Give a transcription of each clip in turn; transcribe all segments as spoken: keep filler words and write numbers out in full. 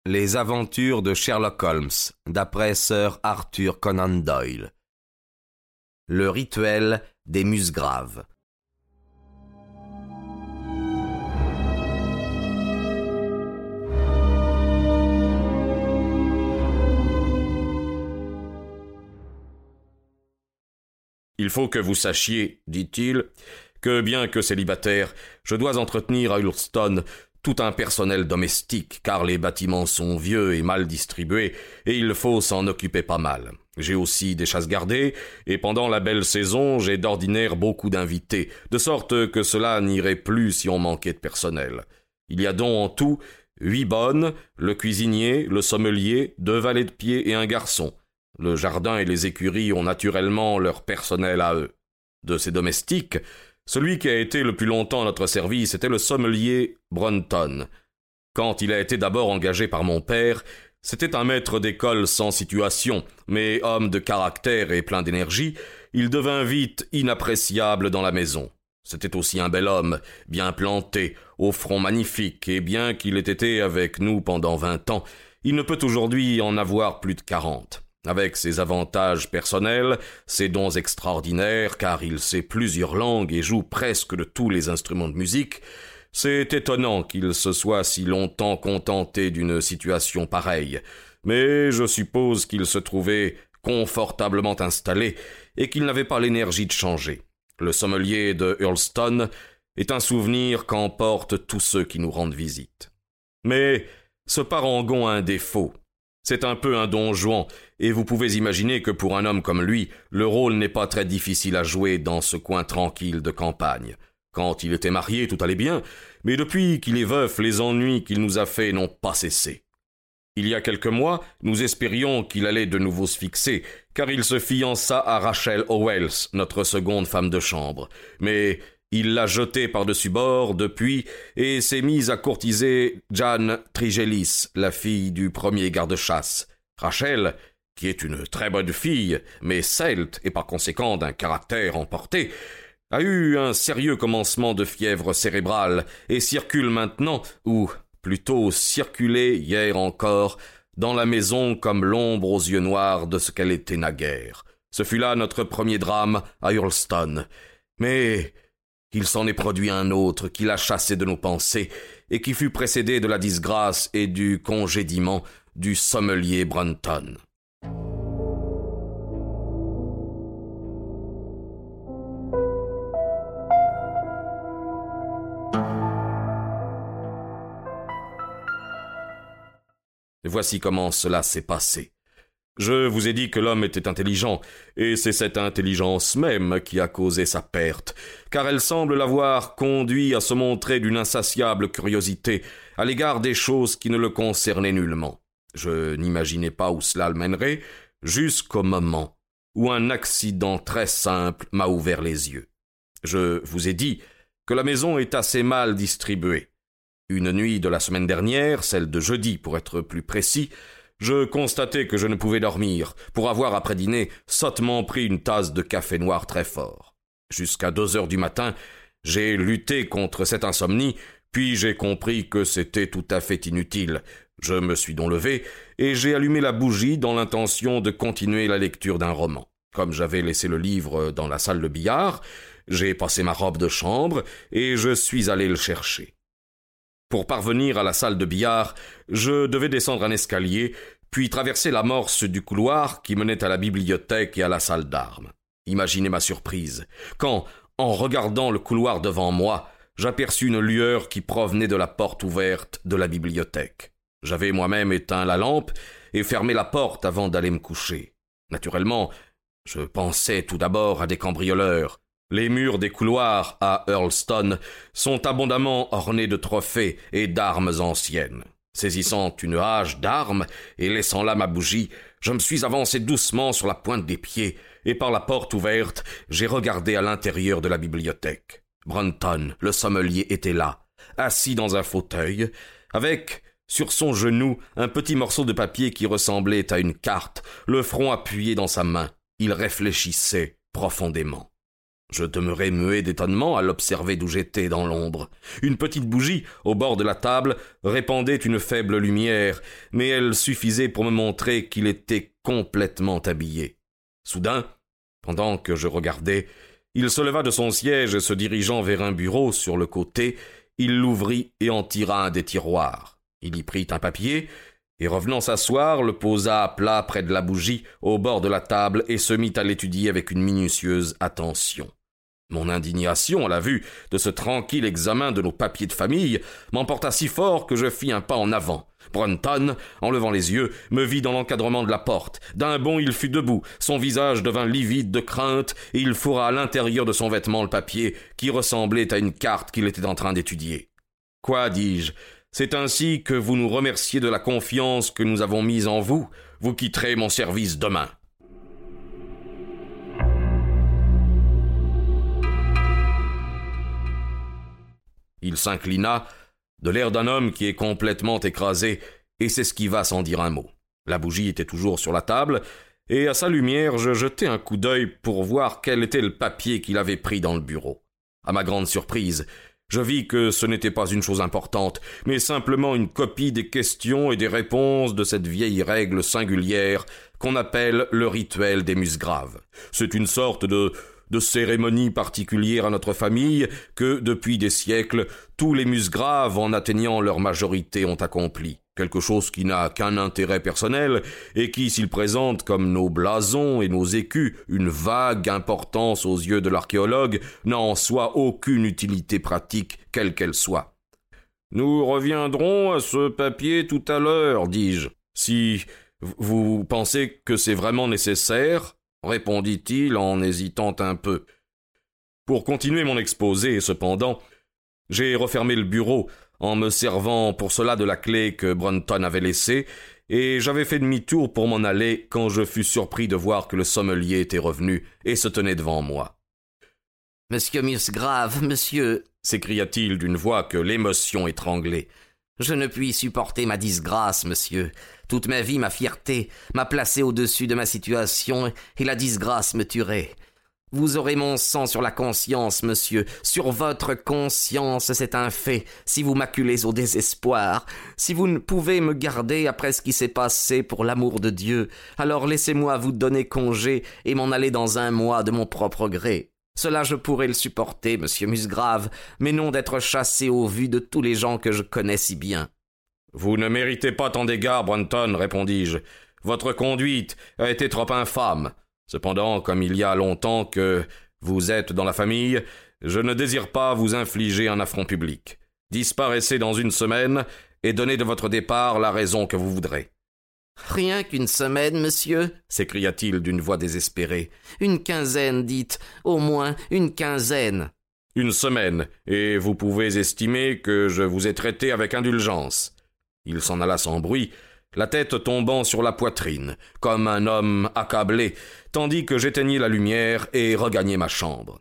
Les aventures de Sherlock Holmes, d'après Sir Arthur Conan Doyle. Le rituel des Musgraves. Il faut que vous sachiez, dit-il, que bien que célibataire, je dois entretenir à Hurlstone tout un personnel domestique, car les bâtiments sont vieux et mal distribués, et il faut s'en occuper pas mal. J'ai aussi des chasses gardées, et pendant la belle saison, j'ai d'ordinaire beaucoup d'invités, de sorte que cela n'irait plus si on manquait de personnel. Il y a donc en tout huit bonnes, le cuisinier, le sommelier, deux valets de pied et un garçon. Le jardin et les écuries ont naturellement leur personnel à eux. De ces domestiques, celui qui a été le plus longtemps à notre service était le sommelier Brunton. Quand il a été d'abord engagé par mon père, c'était un maître d'école sans situation, mais homme de caractère et plein d'énergie, il devint vite inappréciable dans la maison. C'était aussi un bel homme, bien planté, au front magnifique, et bien qu'il ait été avec nous pendant vingt ans, il ne peut aujourd'hui en avoir plus de quarante. Avec ses avantages personnels, ses dons extraordinaires, car il sait plusieurs langues et joue presque de tous les instruments de musique, c'est étonnant qu'il se soit si longtemps contenté d'une situation pareille, mais je suppose qu'il se trouvait confortablement installé et qu'il n'avait pas l'énergie de changer. Le sommelier de Hurlstone est un souvenir qu'emportent tous ceux qui nous rendent visite. Mais ce parangon a un défaut. C'est un peu un don Juan, et vous pouvez imaginer que pour un homme comme lui, le rôle n'est pas très difficile à jouer dans ce coin tranquille de campagne. Quand il était marié, tout allait bien, mais depuis qu'il est veuf, les ennuis qu'il nous a faits n'ont pas cessé. Il y a quelques mois, nous espérions qu'il allait de nouveau se fixer, car il se fiança à Rachel Howells, notre seconde femme de chambre. Mais il l'a jetée par-dessus bord depuis et s'est mis à courtiser Jane Trigelis, la fille du premier garde-chasse. Rachel, qui est une très bonne fille, mais celte et par conséquent d'un caractère emporté, a eu un sérieux commencement de fièvre cérébrale et circule maintenant, ou plutôt circulait hier encore, dans la maison comme l'ombre aux yeux noirs de ce qu'elle était naguère. Ce fut là notre premier drame à Hurlstone. Mais il s'en est produit un autre qui l'a chassé de nos pensées et qui fut précédé de la disgrâce et du congédiement du sommelier Brunton. Voici comment cela s'est passé. Je vous ai dit que l'homme était intelligent, et c'est cette intelligence même qui a causé sa perte, car elle semble l'avoir conduit à se montrer d'une insatiable curiosité à l'égard des choses qui ne le concernaient nullement. Je n'imaginais pas où cela le mènerait, jusqu'au moment où un accident très simple m'a ouvert les yeux. Je vous ai dit que la maison est assez mal distribuée. Une nuit de la semaine dernière, celle de jeudi pour être plus précis, je constatai que je ne pouvais dormir, pour avoir après dîner sottement pris une tasse de café noir très fort. Jusqu'à deux heures du matin, j'ai lutté contre cette insomnie, puis j'ai compris que c'était tout à fait inutile. Je me suis donc levé, et j'ai allumé la bougie dans l'intention de continuer la lecture d'un roman. Comme j'avais laissé le livre dans la salle de billard, j'ai passé ma robe de chambre, et je suis allé le chercher. Pour parvenir à la salle de billard, je devais descendre un escalier, puis traverser l'amorce du couloir qui menait à la bibliothèque et à la salle d'armes. Imaginez ma surprise, quand, en regardant le couloir devant moi, j'aperçus une lueur qui provenait de la porte ouverte de la bibliothèque. J'avais moi-même éteint la lampe et fermé la porte avant d'aller me coucher. Naturellement, je pensais tout d'abord à des cambrioleurs. Les murs des couloirs à Hurlstone sont abondamment ornés de trophées et d'armes anciennes. Saisissant une hache d'armes et laissant là ma bougie, je me suis avancé doucement sur la pointe des pieds et par la porte ouverte, j'ai regardé à l'intérieur de la bibliothèque. Brunton, le sommelier, était là, assis dans un fauteuil, avec, sur son genou, un petit morceau de papier qui ressemblait à une carte, le front appuyé dans sa main. Il réfléchissait profondément. Je demeurai muet d'étonnement à l'observer d'où j'étais dans l'ombre. Une petite bougie, au bord de la table, répandait une faible lumière, mais elle suffisait pour me montrer qu'il était complètement habillé. Soudain, pendant que je regardais, il se leva de son siège et se dirigeant vers un bureau sur le côté, il l'ouvrit et en tira un des tiroirs. Il y prit un papier et, revenant s'asseoir, le posa à plat près de la bougie, au bord de la table, et se mit à l'étudier avec une minutieuse attention. Mon indignation à la vue de ce tranquille examen de nos papiers de famille m'emporta si fort que je fis un pas en avant. Brunton, en levant les yeux, me vit dans l'encadrement de la porte. D'un bond, il fut debout, son visage devint livide de crainte, et il fourra à l'intérieur de son vêtement le papier, qui ressemblait à une carte qu'il était en train d'étudier. « Quoi, dis-je, c'est ainsi que vous nous remerciez de la confiance que nous avons mise en vous. Vous quitterez mon service demain. » Il s'inclina, de l'air d'un homme qui est complètement écrasé, et s'esquiva sans dire un mot. La bougie était toujours sur la table, et à sa lumière je jetai un coup d'œil pour voir quel était le papier qu'il avait pris dans le bureau. À ma grande surprise, je vis que ce n'était pas une chose importante, mais simplement une copie des questions et des réponses de cette vieille règle singulière qu'on appelle le rituel des Musgraves. C'est une sorte de... de cérémonie particulière à notre famille que, depuis des siècles, tous les Musgraves, en atteignant leur majorité, ont accompli. Quelque chose qui n'a qu'un intérêt personnel et qui, s'il présente, comme nos blasons et nos écus, une vague importance aux yeux de l'archéologue, n'a en soi aucune utilité pratique, quelle qu'elle soit. « Nous reviendrons à ce papier tout à l'heure, dis-je. Si vous pensez que c'est vraiment nécessaire, répondit-il en hésitant un peu. Pour continuer mon exposé, cependant, j'ai refermé le bureau en me servant pour cela de la clé que Brunton avait laissée, et j'avais fait demi-tour pour m'en aller quand je fus surpris de voir que le sommelier était revenu et se tenait devant moi. « Monsieur Musgrave, monsieur, s'écria-t-il d'une voix que l'émotion étranglait. Je ne puis supporter ma disgrâce, monsieur. Toute ma vie, ma fierté m'a placé au-dessus de ma situation, et la disgrâce me tuerait. Vous aurez mon sang sur la conscience, monsieur, sur votre conscience, c'est un fait, si vous m'acculez au désespoir. Si vous ne pouvez me garder après ce qui s'est passé pour l'amour de Dieu, alors laissez-moi vous donner congé et m'en aller dans un mois de mon propre gré. Cela je pourrais le supporter, monsieur Musgrave, mais non d'être chassé au vu de tous les gens que je connais si bien. »« Vous ne méritez pas tant d'égards, Brunton, répondis-je. Votre conduite a été trop infâme. Cependant, comme il y a longtemps que vous êtes dans la famille, je ne désire pas vous infliger un affront public. Disparaissez dans une semaine et donnez de votre départ la raison que vous voudrez. » « Rien qu'une semaine, monsieur » s'écria-t-il d'une voix désespérée. « Une quinzaine, dites, au moins une quinzaine. »« Une semaine, et vous pouvez estimer que je vous ai traité avec indulgence. » Il s'en alla sans bruit, la tête tombant sur la poitrine, comme un homme accablé, tandis que j'éteignais la lumière et regagnai ma chambre.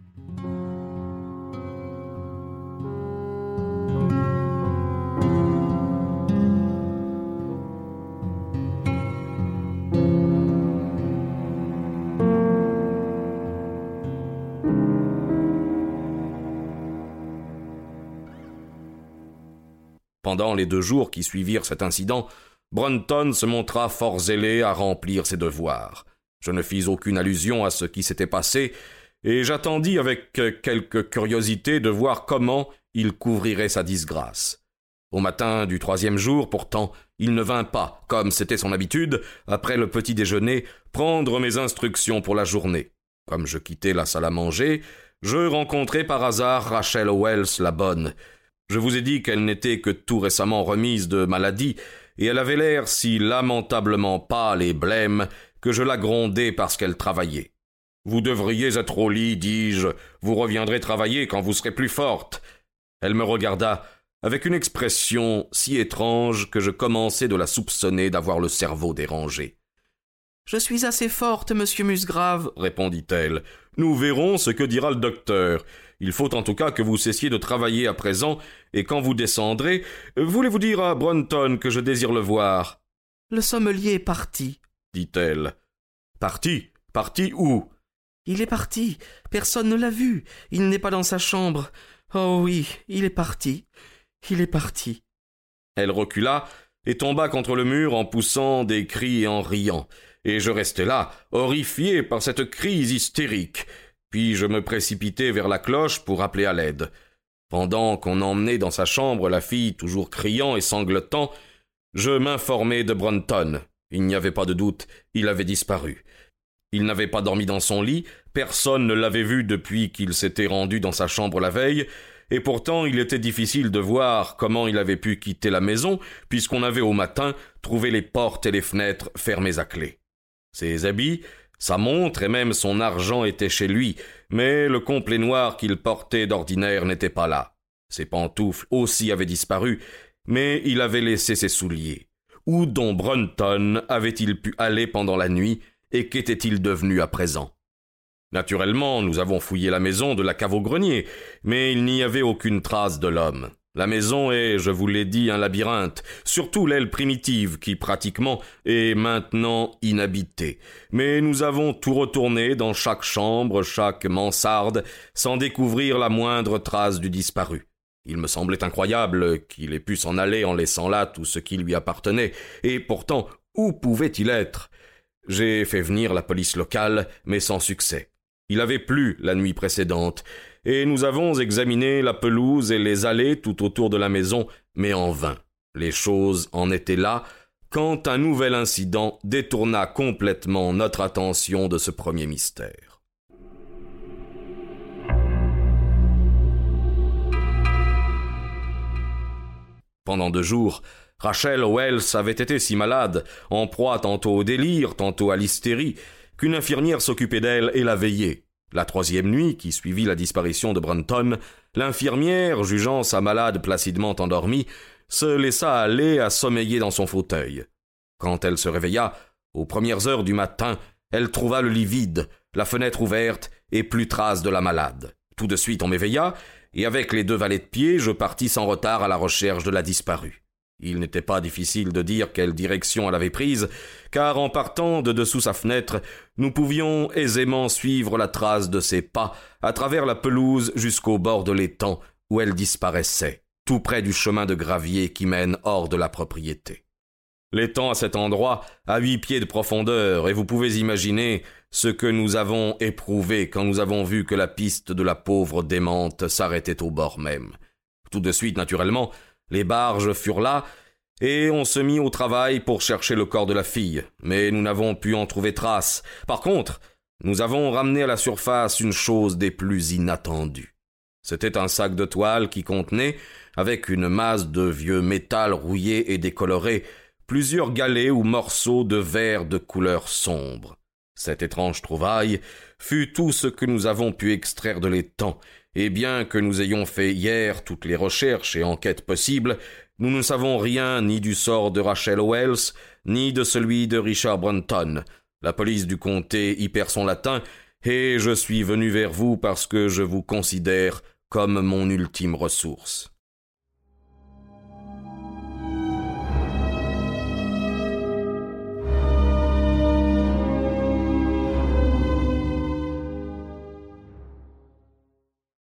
Pendant les deux jours qui suivirent cet incident, Brunton se montra fort zélé à remplir ses devoirs. Je ne fis aucune allusion à ce qui s'était passé, et j'attendis avec quelque curiosité de voir comment il couvrirait sa disgrâce. Au matin du troisième jour, pourtant, il ne vint pas, comme c'était son habitude, après le petit déjeuner, prendre mes instructions pour la journée. Comme je quittais la salle à manger, je rencontrai par hasard Rachel Wells la bonne. Je vous ai dit qu'elle n'était que tout récemment remise de maladie, et elle avait l'air si lamentablement pâle et blême que je la grondai parce qu'elle travaillait. « Vous devriez être au lit, dis-je, vous reviendrez travailler quand vous serez plus forte. » Elle me regarda avec une expression si étrange que je commençai de la soupçonner d'avoir le cerveau dérangé. « Je suis assez forte, monsieur Musgrave, répondit-elle. Nous verrons ce que dira le docteur. Il faut en tout cas que vous cessiez de travailler à présent, et quand vous descendrez, voulez-vous dire à Brunton que je désire le voir? »« Le sommelier est parti, dit-elle. »« Parti? Parti où? » Il est parti. Personne ne l'a vu. Il n'est pas dans sa chambre. Oh oui, il est parti. Il est parti. » Elle recula et tomba contre le mur en poussant des cris et en riant. Et je restai là, horrifié par cette crise hystérique. Puis je me précipitai vers la cloche pour appeler à l'aide. Pendant qu'on emmenait dans sa chambre la fille toujours criant et sanglotant, je m'informai de Brunton. Il n'y avait pas de doute, il avait disparu. Il n'avait pas dormi dans son lit, personne ne l'avait vu depuis qu'il s'était rendu dans sa chambre la veille, et pourtant il était difficile de voir comment il avait pu quitter la maison, puisqu'on avait au matin trouvé les portes et les fenêtres fermées à clé. Ses habits, sa montre et même son argent étaient chez lui, mais le complet noir qu'il portait d'ordinaire n'était pas là. Ses pantoufles aussi avaient disparu, mais il avait laissé ses souliers. Où donc Brunton avait-il pu aller pendant la nuit, et qu'était-il devenu à présent? Naturellement, nous avons fouillé la maison de la cave au grenier, mais il n'y avait aucune trace de l'homme. La maison est, je vous l'ai dit, un labyrinthe, surtout l'aile primitive qui, pratiquement, est maintenant inhabitée. Mais nous avons tout retourné dans chaque chambre, chaque mansarde, sans découvrir la moindre trace du disparu. Il me semblait incroyable qu'il ait pu s'en aller en laissant là tout ce qui lui appartenait, et pourtant, où pouvait-il être? J'ai fait venir la police locale, mais sans succès. Il avait plu la nuit précédente, et nous avons examiné la pelouse et les allées tout autour de la maison, mais en vain. Les choses en étaient là, quand un nouvel incident détourna complètement notre attention de ce premier mystère. Pendant deux jours, Rachel Wells avait été si malade, en proie tantôt au délire, tantôt à l'hystérie, qu'une infirmière s'occupait d'elle et la veillait. La troisième nuit, qui suivit la disparition de Brunton, l'infirmière, jugeant sa malade placidement endormie, se laissa aller à sommeiller dans son fauteuil. Quand elle se réveilla, aux premières heures du matin, elle trouva le lit vide, la fenêtre ouverte et plus trace de la malade. Tout de suite on m'éveilla, et avec les deux valets de pied, je partis sans retard à la recherche de la disparue. Il n'était pas difficile de dire quelle direction elle avait prise, car en partant de dessous sa fenêtre, nous pouvions aisément suivre la trace de ses pas à travers la pelouse jusqu'au bord de l'étang où elle disparaissait, tout près du chemin de gravier qui mène hors de la propriété. L'étang à cet endroit a huit pieds de profondeur, et vous pouvez imaginer ce que nous avons éprouvé quand nous avons vu que la piste de la pauvre démente s'arrêtait au bord même. Tout de suite, naturellement, les barges furent là, et on se mit au travail pour chercher le corps de la fille, mais nous n'avons pu en trouver trace. Par contre, nous avons ramené à la surface une chose des plus inattendues. C'était un sac de toile qui contenait, avec une masse de vieux métal rouillé et décoloré, plusieurs galets ou morceaux de verre de couleur sombre. Cette étrange trouvaille fut tout ce que nous avons pu extraire de l'étang, et bien que nous ayons fait hier toutes les recherches et enquêtes possibles, nous ne savons rien ni du sort de Rachel Wells, ni de celui de Richard Brunton. La police du comté y perd son latin, et je suis venu vers vous parce que je vous considère comme mon ultime ressource.